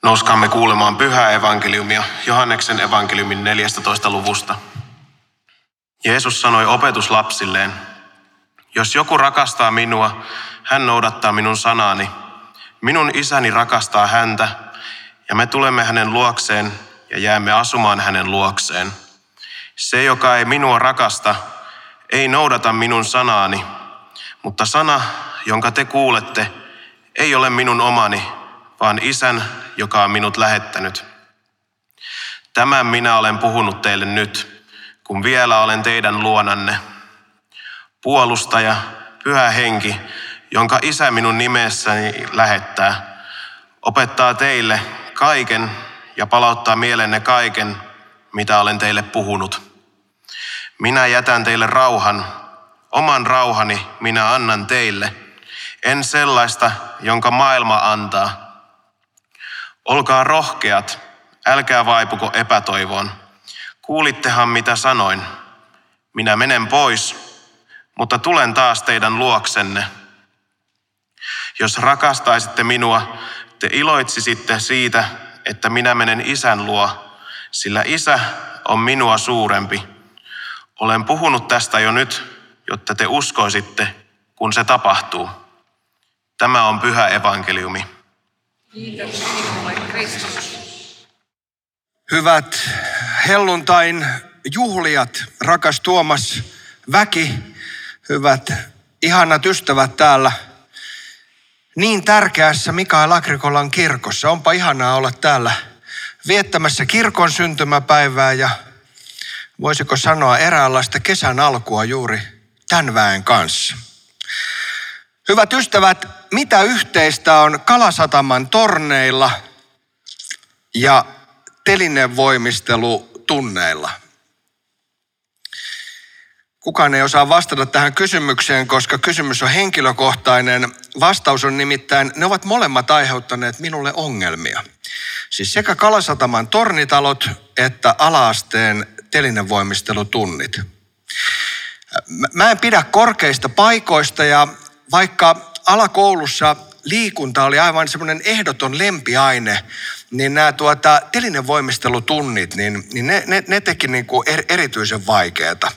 Nouskaamme kuulemaan pyhää evankeliumia Johanneksen evankeliumin 14. luvusta. Jeesus sanoi opetuslapsilleen, jos joku rakastaa minua, hän noudattaa minun sanaani. Minun isäni rakastaa häntä ja me tulemme hänen luokseen ja jäämme asumaan hänen luokseen. Se, joka ei minua rakasta, ei noudata minun sanaani, mutta sana, jonka te kuulette, ei ole minun omani, vaan Isän, joka on minut lähettänyt. Tämän minä olen puhunut teille nyt, kun vielä olen teidän luonanne. Puolustaja, Pyhä Henki, jonka Isä minun nimessäni lähettää, opettaa teille kaiken ja palauttaa mielenne kaiken, mitä olen teille puhunut. Minä jätän teille rauhan, oman rauhani minä annan teille, en sellaista, jonka maailma antaa. Olkaa rohkeat, älkää vaipuko epätoivoon. Kuulittehan mitä sanoin. Minä menen pois, mutta tulen taas teidän luoksenne. Jos rakastaisitte minua, te iloitsisitte siitä, että minä menen Isän luo, sillä Isä on minua suurempi. Olen puhunut tästä jo nyt, jotta te uskoisitte, kun se tapahtuu. Tämä on pyhä evankeliumi. Kiitos sinulle, Kristus. Hyvät helluntain juhlijat, rakas Tuomas väki, hyvät ihanat ystävät täällä niin tärkeässä Mikael Agrikolan kirkossa. Onpa ihanaa olla täällä viettämässä kirkon syntymäpäivää ja voisiko sanoa eräänlaista kesän alkua juuri tämän väen kanssa. Hyvät ystävät, mitä yhteistä on Kalasataman torneilla ja telinevoimistelutunneilla? Kukaan ei osaa vastata tähän kysymykseen, koska kysymys on henkilökohtainen. Vastaus on nimittäin, ne ovat molemmat aiheuttaneet minulle ongelmia. Siis sekä Kalasataman tornitalot että ala-asteen telinevoimistelutunnit. Mä en pidä korkeista paikoista ja vaikka alakoulussa liikunta oli aivan semmoinen ehdoton lempiaine, niin nämä telinevoimistelutunnit, niin ne teki niin kuin erityisen vaikeata.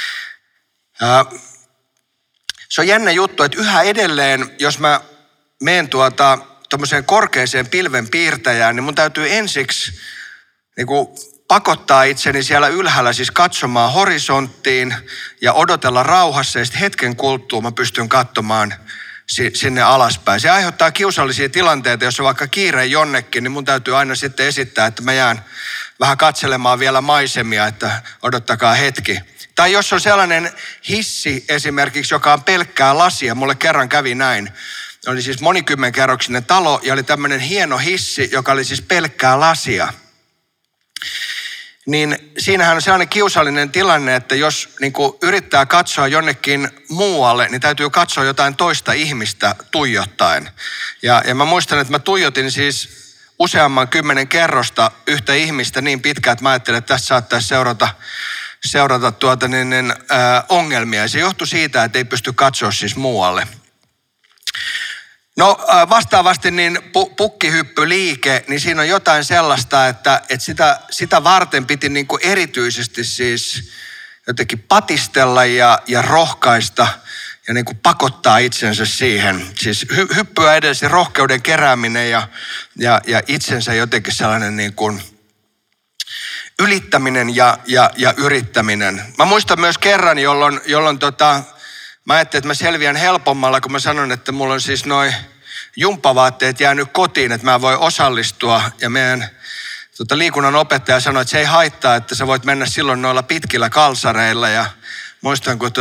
Se on jännä juttu, että yhä edelleen, jos mä menen tuommoiseen korkeaseen pilvenpiirtäjään, niin mun täytyy ensiksi niin kuin pakottaa itseni siellä ylhäällä siis katsomaan horisonttiin ja odotella rauhassa ja sitten hetken kuluttua mä pystyn katsomaan sinne alaspäin. Se aiheuttaa kiusallisia tilanteita, jos on vaikka kiire jonnekin, niin mun täytyy aina sitten esittää, että mä jään vähän katselemaan vielä maisemia, että odottakaa hetki. Tai jos on sellainen hissi esimerkiksi, joka on pelkkää lasia, mulle kerran kävi näin. Oli siis monikymmenkerroksinen talo ja oli tämmöinen hieno hissi, joka oli siis pelkkää lasia. Niin siinähän on sellainen kiusallinen tilanne, että jos niin kuin yrittää katsoa jonnekin muualle, niin täytyy katsoa jotain toista ihmistä tuijottaen. Ja mä muistan, että mä tuijotin siis useamman 10 kerrosta yhtä ihmistä niin pitkään, että mä ajattelin, että tässä saattaisi seurata ongelmia. Ja se johtui siitä, että ei pysty katsoa siis muualle. No vastaavasti niin pukkihyppyliike, niin siinä on jotain sellaista, että sitä varten piti niin kuin erityisesti siis jotenkin patistella ja rohkaista ja niin kuin pakottaa itsensä siihen. Siis hyppyä edellisen rohkeuden kerääminen ja itsensä jotenkin sellainen niin kuin ylittäminen ja yrittäminen. Mä muistan myös kerran, jolloin mä ajattelin, että mä selviän helpommalla, kun mä sanon, että mulla on siis noi jumppavaatteet jäänyt kotiin, että mä voin osallistua. Ja meidän liikunnan opettaja sanoi, että se ei haittaa, että sä voit mennä silloin noilla pitkillä kalsareilla. Ja muistan, kun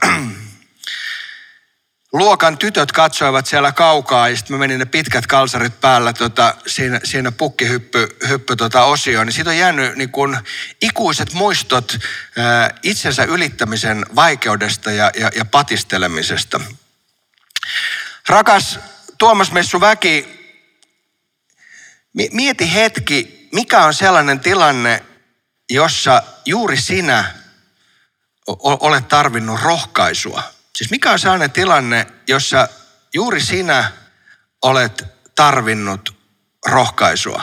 luokan tytöt katsoivat siellä kaukaa ja sitten mä menin ne pitkät kalsarit päällä siinä pukkihyppy-osioon. Niin siitä on jäänyt niin kuin ikuiset muistot itsensä ylittämisen vaikeudesta ja patistelemisesta. Rakas Tuomas Messu väki, mieti hetki, mikä on sellainen tilanne, jossa juuri sinä olet tarvinnut rohkaisua. Siis mikä on sellainen tilanne, jossa juuri sinä olet tarvinnut rohkaisua.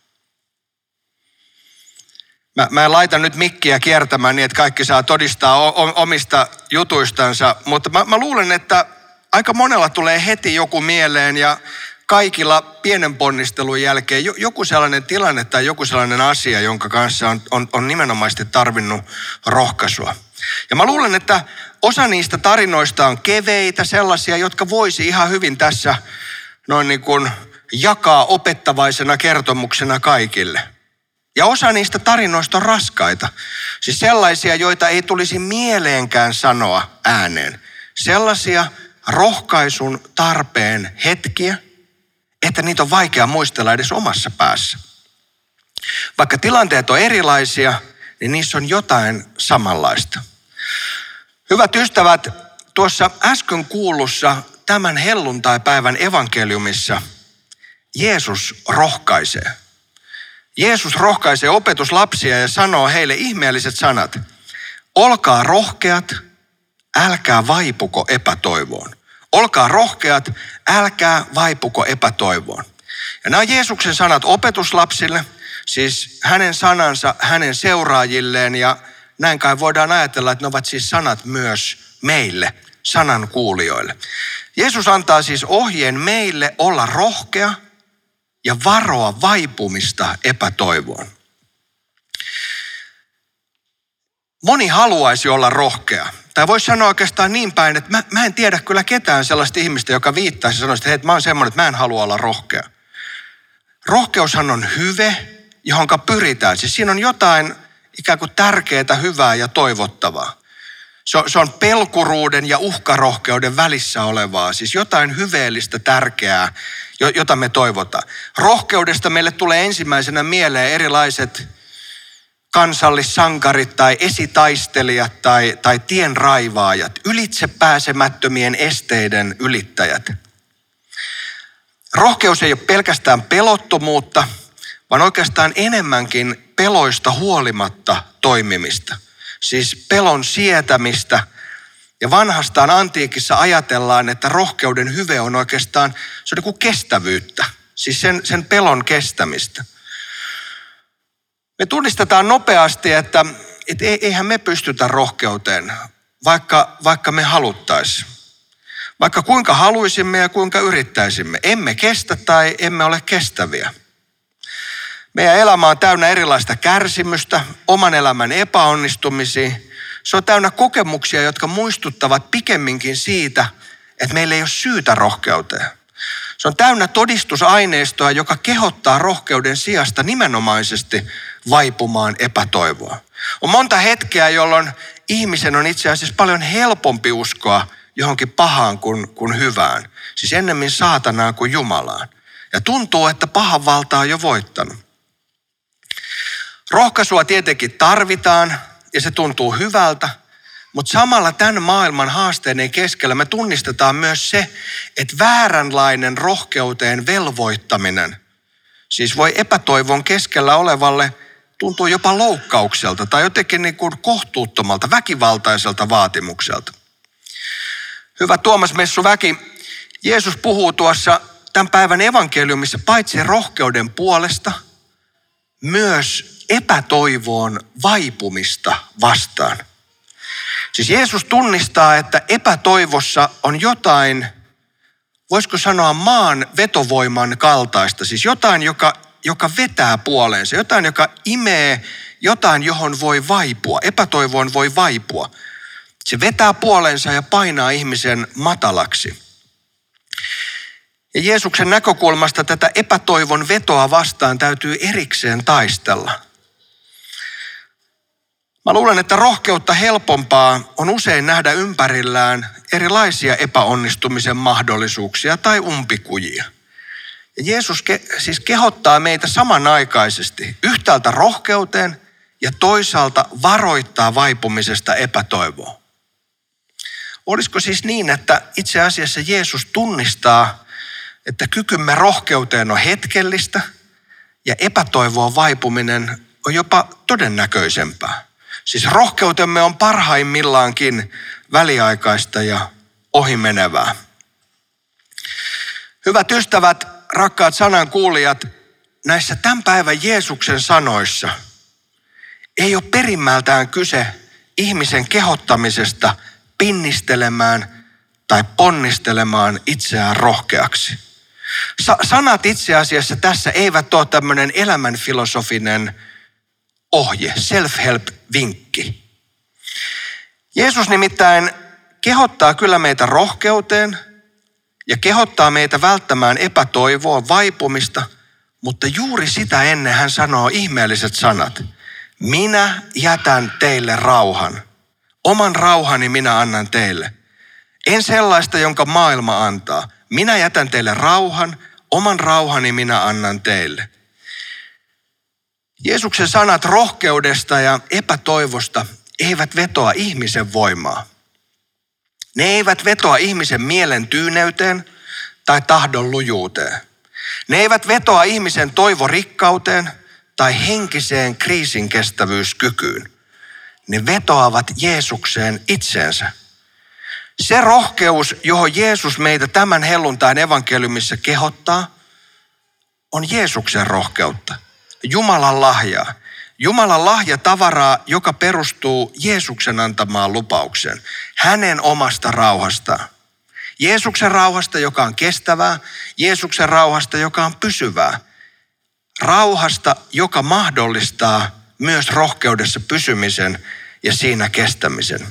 Mä en laita nyt mikkiä kiertämään niin, että kaikki saa todistaa omista jutuistansa, mutta mä luulen, että aika monella tulee heti joku mieleen ja kaikilla pienen ponnistelun jälkeen joku sellainen tilanne tai joku sellainen asia, jonka kanssa on nimenomaisesti tarvinnut rohkaisua. Ja mä luulen, että osa niistä tarinoista on keveitä, sellaisia, jotka voisi ihan hyvin tässä noin niin kuin jakaa opettavaisena kertomuksena kaikille. Ja osa niistä tarinoista on raskaita. Siis sellaisia, joita ei tulisi mieleenkään sanoa ääneen. Sellaisia rohkaisun tarpeen hetkiä, että niitä on vaikea muistella edes omassa päässä. Vaikka tilanteet on erilaisia, niin niissä on jotain samanlaista. Hyvät ystävät, tuossa äsken kuullussa tämän helluntaipäivän evankeliumissa Jeesus rohkaisee. Jeesus rohkaisee opetuslapsia ja sanoo heille ihmeelliset sanat. Olkaa rohkeat, älkää vaipuko epätoivoon. Olkaa rohkeat, älkää vaipuko epätoivoon. Ja nämä on Jeesuksen sanat opetuslapsille, siis hänen sanansa hänen seuraajilleen ja näin kai voidaan ajatella, että ne ovat siis sanat myös meille, sanan kuulijoille. Jeesus antaa siis ohjeen meille olla rohkea ja varoa vaipumista epätoivoon. Moni haluaisi olla rohkea. Tai voisi sanoa oikeastaan niin päin, että mä en tiedä kyllä ketään sellaista ihmistä, joka viittaisi ja sanoisi, että hei, mä oon semmoinen, että mä en halua olla rohkea. Rohkeushan on hyve, johonka pyritään. Siis siinä on jotain ikään kuin tärkeää, hyvää ja toivottavaa. Se on pelkuruuden ja uhkarohkeuden välissä olevaa, siis jotain hyveellistä, tärkeää, jota me toivotaan. Rohkeudesta meille tulee ensimmäisenä mieleen erilaiset kansallissankarit tai esitaistelijat tai tienraivaajat, ylitse pääsemättömien esteiden ylittäjät. Rohkeus ei ole pelkästään pelottomuutta, vaan oikeastaan enemmänkin peloista huolimatta toimimista. Siis pelon sietämistä. Ja vanhastaan antiikissa ajatellaan, että rohkeuden hyve on oikeastaan, se on niin kuin kestävyyttä. Siis sen pelon kestämistä. Me tunnistetaan nopeasti, että eihän me pystytä rohkeuteen, vaikka me haluttaisiin. Vaikka kuinka haluisimme ja kuinka yrittäisimme. Emme kestä tai emme ole kestäviä. Meidän elämä on täynnä erilaista kärsimystä, oman elämän epäonnistumisia. Se on täynnä kokemuksia, jotka muistuttavat pikemminkin siitä, että meillä ei ole syytä rohkeuteen. Se on täynnä todistusaineistoa, joka kehottaa rohkeuden sijasta nimenomaisesti vaipumaan epätoivoa. On monta hetkeä, jolloin ihmisen on itse asiassa paljon helpompi uskoa johonkin pahaan kuin hyvään. Siis ennemmin saatanaan kuin Jumalaan. Ja tuntuu, että pahan valta on jo voittanut. Rohkaisua tietenkin tarvitaan ja se tuntuu hyvältä, mutta samalla tämän maailman haasteiden keskellä me tunnistetaan myös se, että vääränlainen rohkeuteen velvoittaminen, siis voi epätoivon keskellä olevalle tuntuu jopa loukkaukselta tai jotenkin niin kuin kohtuuttomalta, väkivaltaiselta vaatimukselta. Hyvä Tuomas Messuväki, Jeesus puhuu tuossa tämän päivän evankeliumissa paitsi rohkeuden puolesta, myös epätoivoon vaipumista vastaan. Siis Jeesus tunnistaa, että epätoivossa on jotain, voisiko sanoa maan vetovoiman kaltaista. Siis jotain, joka vetää puoleensa, jotain, joka imee, jotain, johon voi vaipua. Epätoivoon voi vaipua. Se vetää puoleensa ja painaa ihmisen matalaksi. Ja Jeesuksen näkökulmasta tätä epätoivon vetoa vastaan täytyy erikseen taistella. Mä luulen, että rohkeutta helpompaa on usein nähdä ympärillään erilaisia epäonnistumisen mahdollisuuksia tai umpikujia. Ja Jeesus siis kehottaa meitä samanaikaisesti yhtäältä rohkeuteen ja toisaalta varoittaa vaipumisesta epätoivoon. Olisiko siis niin, että itse asiassa Jeesus tunnistaa, että kykymme rohkeuteen on hetkellistä ja epätoivoon vaipuminen on jopa todennäköisempää. Siis rohkeutemme on parhaimmillaankin väliaikaista ja ohimenevää. Hyvät ystävät, rakkaat sanankuulijat, näissä tämän päivän Jeesuksen sanoissa ei ole perimmältään kyse ihmisen kehottamisesta pinnistelemään tai ponnistelemaan itseään rohkeaksi. Sanat itse asiassa tässä eivät ole tämmöinen elämänfilosofinen ohje, self-help-vinkki. Jeesus nimittäin kehottaa kyllä meitä rohkeuteen ja kehottaa meitä välttämään epätoivoa, vaipumista, mutta juuri sitä ennen hän sanoo ihmeelliset sanat. Minä jätän teille rauhan. Oman rauhani minä annan teille. En sellaista, jonka maailma antaa. Minä jätän teille rauhan, oman rauhani minä annan teille. Jeesuksen sanat rohkeudesta ja epätoivosta eivät vetoa ihmisen voimaa. Ne eivät vetoa ihmisen mielen tyyneyteen tai tahdon lujuuteen. Ne eivät vetoa ihmisen toivorikkauteen tai henkiseen kriisinkestävyyskykyyn. Ne vetoavat Jeesukseen itseensä. Se rohkeus, johon Jeesus meitä tämän helluntain evankeliumissa kehottaa, on Jeesuksen rohkeutta. Jumalan lahjaa. Jumalan lahja tavaraa, joka perustuu Jeesuksen antamaan lupaukseen. Hänen omasta rauhastaan. Jeesuksen rauhasta, joka on kestävää. Jeesuksen rauhasta, joka on pysyvää. Rauhasta, joka mahdollistaa myös rohkeudessa pysymisen ja siinä kestämisen.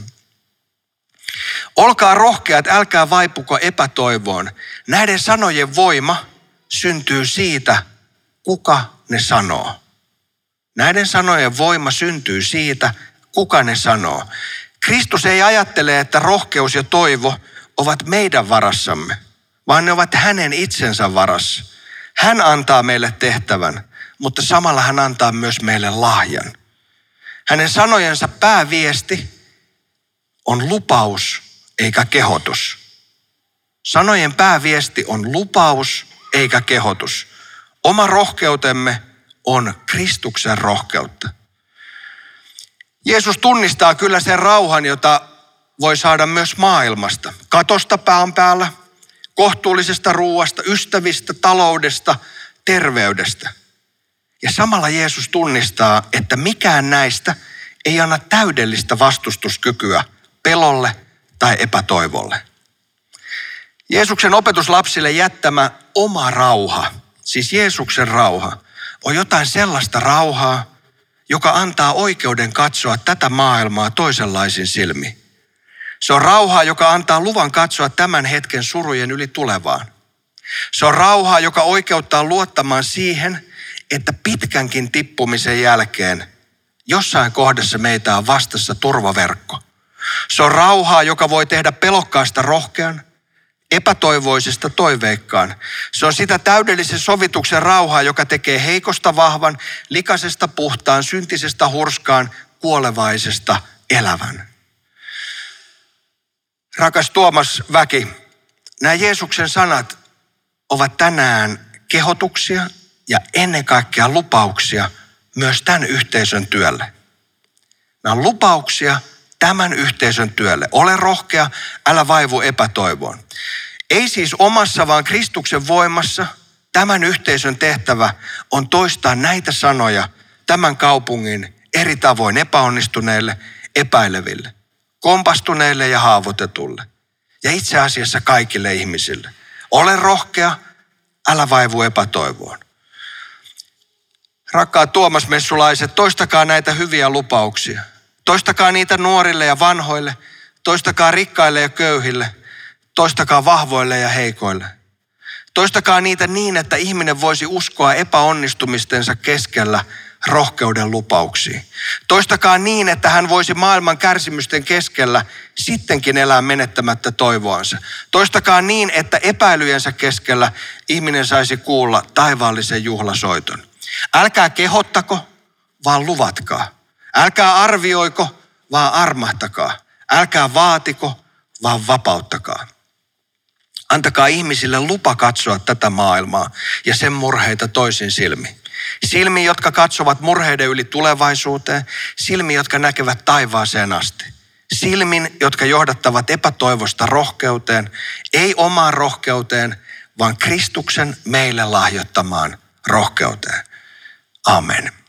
Olkaa rohkeat, älkää vaipuko epätoivoon. Näiden sanojen voima syntyy siitä, kuka ne sanoo. Näiden sanojen voima syntyy siitä, kuka ne sanoo. Kristus ei ajattele, että rohkeus ja toivo ovat meidän varassamme, vaan ne ovat hänen itsensä varassa. Hän antaa meille tehtävän, mutta samalla hän antaa myös meille lahjan. Hänen sanojensa pääviesti on lupaus eikä kehotus. Sanojen pääviesti on lupaus eikä kehotus. Oma rohkeutemme on Kristuksen rohkeutta. Jeesus tunnistaa kyllä sen rauhan, jota voi saada myös maailmasta. Katosta pään päällä, kohtuullisesta ruuasta, ystävistä, taloudesta, terveydestä. Ja samalla Jeesus tunnistaa, että mikään näistä ei anna täydellistä vastustuskykyä pelolle tai epätoivolle. Jeesuksen opetuslapsille jättämä oma rauha, siis Jeesuksen rauha, on jotain sellaista rauhaa, joka antaa oikeuden katsoa tätä maailmaa toisenlaisin silmin. Se on rauhaa, joka antaa luvan katsoa tämän hetken surujen yli tulevaan. Se on rauhaa, joka oikeuttaa luottamaan siihen, että pitkänkin tippumisen jälkeen jossain kohdassa meitä on vastassa turvaverkko. Se on rauhaa, joka voi tehdä pelokkaasta rohkean, epätoivoisesta toiveikkaan. Se on sitä täydellisen sovituksen rauhaa, joka tekee heikosta vahvan, likaisesta puhtaan, syntisestä hurskaan, kuolevaisesta elävän. Rakas Tuomas väki, nämä Jeesuksen sanat ovat tänään kehotuksia ja ennen kaikkea lupauksia myös tämän yhteisön työlle. Nämä on lupauksia tämän yhteisön työlle. Ole rohkea, älä vaivu epätoivoon. Ei siis omassa, vaan Kristuksen voimassa tämän yhteisön tehtävä on toistaa näitä sanoja tämän kaupungin eri tavoin epäonnistuneille, epäileville, kompastuneille ja haavoitetulle. Ja itse asiassa kaikille ihmisille. Ole rohkea, älä vaivu epätoivoon. Rakkaat Tuomas-messulaiset, toistakaa näitä hyviä lupauksia. Toistakaa niitä nuorille ja vanhoille, toistakaa rikkaille ja köyhille, toistakaa vahvoille ja heikoille. Toistakaa niitä niin, että ihminen voisi uskoa epäonnistumistensa keskellä rohkeuden lupauksiin. Toistakaa niin, että hän voisi maailman kärsimysten keskellä sittenkin elää menettämättä toivoansa. Toistakaa niin, että epäilyjensä keskellä ihminen saisi kuulla taivaallisen juhlasoiton. Älkää kehottako, vaan luvatkaa. Älkää arvioiko, vaan armahtakaa. Älkää vaatiko, vaan vapauttakaa. Antakaa ihmisille lupa katsoa tätä maailmaa ja sen murheita toisin silmin. Silmiin, jotka katsovat murheiden yli tulevaisuuteen. Silmiin, jotka näkevät taivaaseen asti. Silmin, jotka johdattavat epätoivosta rohkeuteen. Ei omaan rohkeuteen, vaan Kristuksen meille lahjoittamaan rohkeuteen. Amen.